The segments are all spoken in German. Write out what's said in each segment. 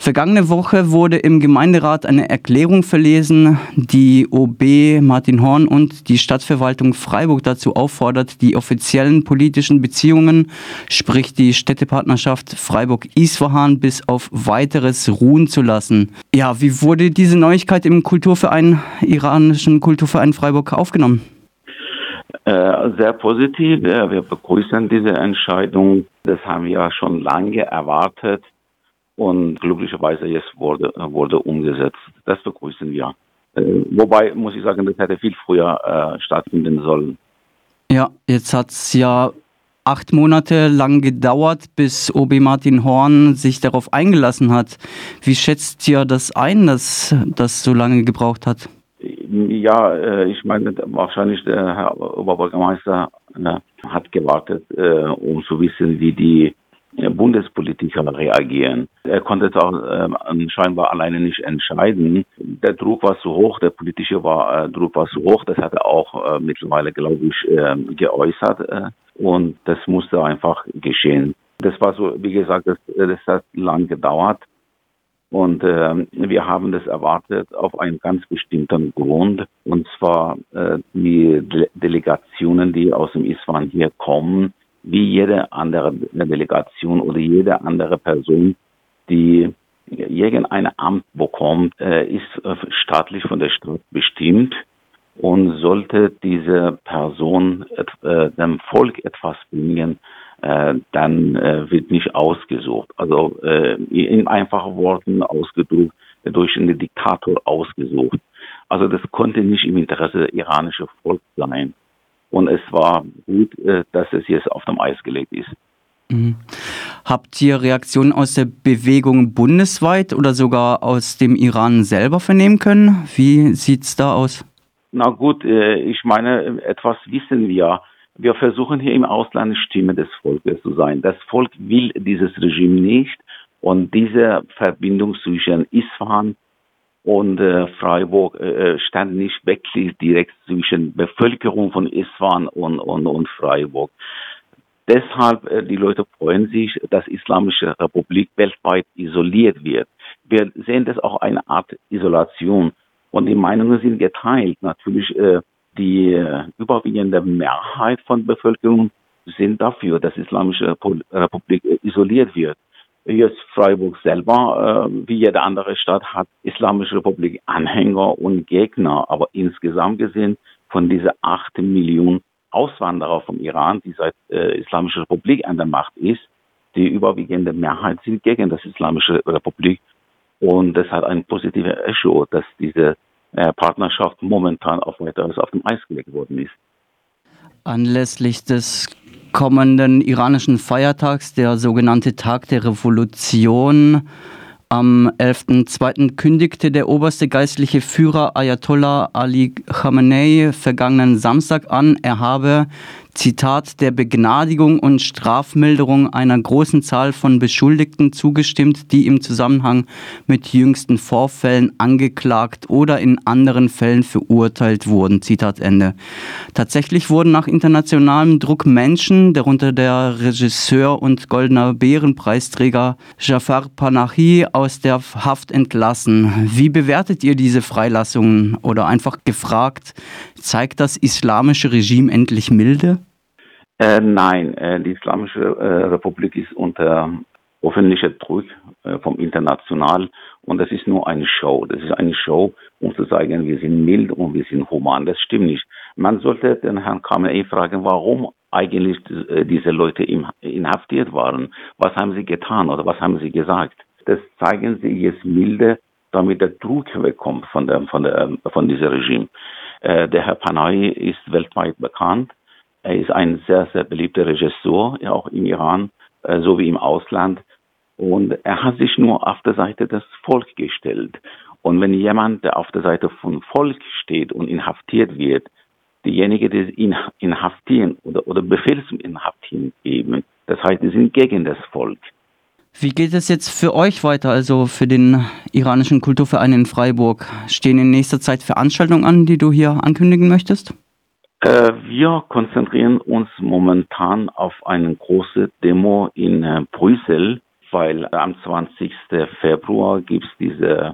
Vergangene Woche wurde im Gemeinderat eine Erklärung verlesen, die OB Martin Horn und die Stadtverwaltung Freiburg dazu auffordert, die offiziellen politischen Beziehungen, sprich die Städtepartnerschaft Freiburg-Isfahan, bis auf Weiteres ruhen zu lassen. Ja, wie wurde diese Neuigkeit im iranischen Kulturverein Freiburg aufgenommen? Sehr positiv. Wir begrüßen diese Entscheidung. Das haben wir ja schon lange erwartet. Und glücklicherweise jetzt wurde umgesetzt. Das begrüßen wir. Wobei, muss ich sagen, das hätte viel früher stattfinden sollen. Ja, jetzt hat es ja 8 Monate lang gedauert, bis OB Martin Horn sich darauf eingelassen hat. Wie schätzt ihr das ein, dass das so lange gebraucht hat? Ja, ich meine, wahrscheinlich der Herr Oberbürgermeister hat gewartet, um zu wissen, wie die Bundespolitiker reagieren. Er konnte es auch scheinbar alleine nicht entscheiden. Der Druck war zu hoch, der politische Druck war zu hoch. Das hat er auch mittlerweile, glaube ich, geäußert. Und das musste einfach geschehen. Das war so, wie gesagt, das hat lang gedauert. Und wir haben das erwartet auf einen ganz bestimmten Grund. Und zwar die Delegationen, die aus dem Isfahan hier kommen, wie jede andere Delegation oder jede andere Person, die irgendein Amt bekommt, ist staatlich von der Stadt bestimmt. Und sollte diese Person dem Volk etwas bringen, dann wird nicht ausgesucht. Also in einfachen Worten ausgedrückt, durch einen Diktator ausgesucht. Also das konnte nicht im Interesse des iranischen Volkes sein. Und es war gut, dass es jetzt auf dem Eis gelegt ist. Mhm. Habt ihr Reaktionen aus der Bewegung bundesweit oder sogar aus dem Iran selber vernehmen können? Wie sieht's da aus? Na gut, ich meine, etwas wissen wir. Wir versuchen hier im Ausland Stimme des Volkes zu sein. Das Volk will dieses Regime nicht. Und diese Verbindung zwischen Isfahan und Freiburg stand nicht wirklich direkt zwischen Bevölkerung von Isfahan und Freiburg. Deshalb, die Leute freuen sich, dass die Islamische Republik weltweit isoliert wird. Wir sehen das auch eine Art Isolation. Und die Meinungen sind geteilt. Natürlich, die überwiegende Mehrheit von Bevölkerung sind dafür, dass die Islamische Republik isoliert wird. Jetzt Freiburg selber, wie jede andere Stadt, hat Islamische Republik Anhänger und Gegner. Aber insgesamt gesehen von diesen 8 Millionen Auswanderer vom Iran, die seit Islamische Republik an der Macht ist, die überwiegende Mehrheit sind gegen das Islamische Republik. Und das hat ein positives Echo, dass diese Partnerschaft momentan auf weiteres auf dem Eis gelegt worden ist. Anlässlich des kommenden iranischen Feiertags, der sogenannte Tag der Revolution, am 11.02. kündigte der oberste geistliche Führer Ayatollah Ali Khamenei vergangenen Samstag an, er habe, Zitat, der Begnadigung und Strafmilderung einer großen Zahl von Beschuldigten zugestimmt, die im Zusammenhang mit jüngsten Vorfällen angeklagt oder in anderen Fällen verurteilt wurden. Zitat Ende. Tatsächlich wurden nach internationalem Druck Menschen, darunter der Regisseur und Goldener Bärenpreisträger Jafar Panahi, aus der Haft entlassen. Wie bewertet ihr diese Freilassungen? Oder einfach gefragt, zeigt das islamische Regime endlich Milde? Nein, die Islamische Republik ist unter öffentlicher Druck vom International und das ist nur eine Show. Das ist eine Show, um zu sagen, wir sind mild und wir sind human. Das stimmt nicht. Man sollte den Herrn Khamenei fragen, warum eigentlich diese Leute inhaftiert waren. Was haben sie getan oder was haben sie gesagt? Das zeigen sie jetzt milde, damit der Druck wegkommt von diesem Regime. Der Herr Panahi ist weltweit bekannt. Er ist ein sehr, sehr beliebter Regisseur, auch im Iran, sowie im Ausland. Und er hat sich nur auf der Seite des Volkes gestellt. Und wenn jemand, der auf der Seite vom Volk steht und inhaftiert wird, diejenigen, die ihn inhaftieren oder Befehl zum Inhaftieren geben, das heißt, die sind gegen das Volk. Wie geht es jetzt für euch weiter, also für den iranischen Kulturverein in Freiburg? Stehen in nächster Zeit Veranstaltungen an, die du hier ankündigen möchtest? Wir konzentrieren uns momentan auf eine große Demo in Brüssel weil am 20. Februar gibt es diese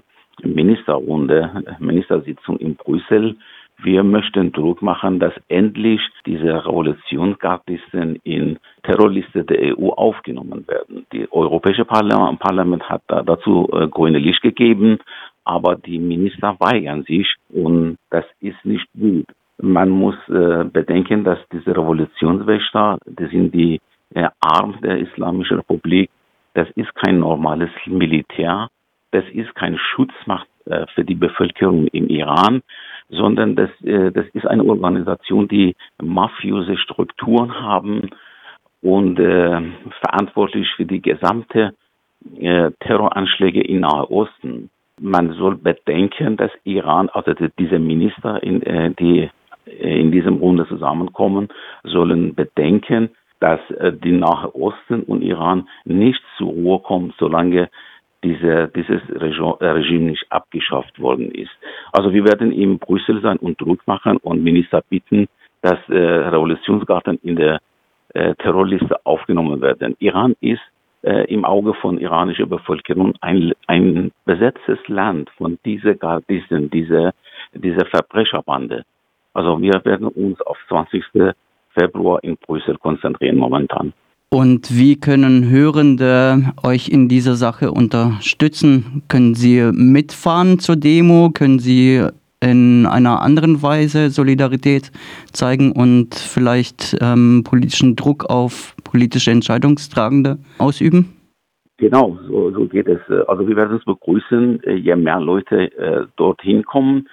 Ministersitzung in Brüssel. Wir möchten Druck machen, dass endlich diese Revolutionsgardisten in Terrorliste der EU aufgenommen werden. Das Europäische Parlament hat dazu grüne Licht gegeben, aber die Minister weigern sich und das ist nicht gut. Man muss bedenken, dass diese Revolutionswächter, das sind die Arm der Islamischen Republik, das ist kein normales Militär, das ist keine Schutzmacht für die Bevölkerung im Iran, sondern das ist eine Organisation, die mafiöse Strukturen haben und verantwortlich für die gesamte Terroranschläge im Nahen Osten. Man soll bedenken, dass Iran, also diese Minister, die in diesem Runde zusammenkommen, sollen bedenken, dass die Nahe Osten und Iran nicht zur Ruhe kommen, solange dieses Regime nicht abgeschafft worden ist. Also wir werden in Brüssel sein und Druck machen und Minister bitten, dass Revolutionsgarden in der Terrorliste aufgenommen werden. Iran ist im Auge von iranischer Bevölkerung ein besetztes Land von diesen Gardisten, dieser Verbrecherbande. Also wir werden uns auf 20. Februar in Brüssel konzentrieren momentan. Und wie können Hörende euch in dieser Sache unterstützen? Können sie mitfahren zur Demo? Können sie in einer anderen Weise Solidarität zeigen und vielleicht politischen Druck auf politische Entscheidungstragende ausüben? Genau, so geht es. Also wir werden es begrüßen, je mehr Leute dorthin kommen.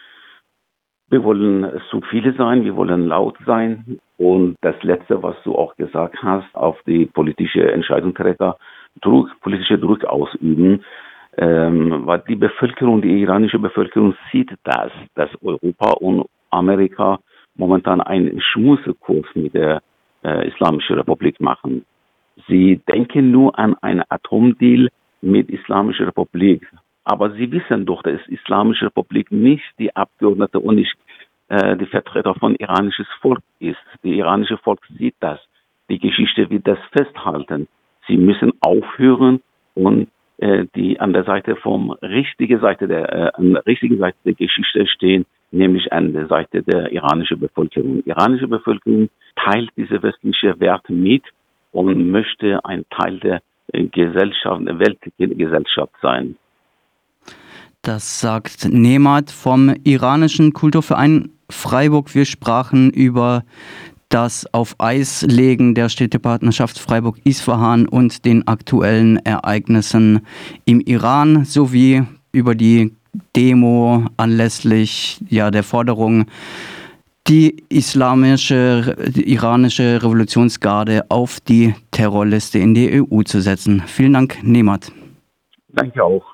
Wir wollen so viele sein, wir wollen laut sein. Und das Letzte, was du auch gesagt hast, auf die politische Entscheidungsträger politische Druck ausüben, weil die Bevölkerung, die iranische Bevölkerung sieht dass Europa und Amerika momentan einen Schmusekurs mit der Islamischen Republik machen. Sie denken nur an einen Atomdeal mit Islamischer Republik. Aber sie wissen doch, dass Islamische Republik nicht die Abgeordnete und nicht die Vertreter von iranisches Volk ist. Die iranische Volk sieht das. Die Geschichte wird das festhalten. Sie müssen aufhören und die an der richtigen Seite der Geschichte stehen, nämlich an der Seite der iranischen Bevölkerung. Die iranische Bevölkerung teilt diese westliche Werte mit und möchte ein Teil der Weltgesellschaft sein. Das sagt Nemat vom iranischen Kulturverein Freiburg. Wir sprachen über das Auf Eis legen der Städtepartnerschaft Freiburg-Isfahan und den aktuellen Ereignissen im Iran sowie über die Demo anlässlich der Forderung, die iranische Revolutionsgarde auf die Terrorliste in die EU zu setzen. Vielen Dank, Nemat. Danke auch.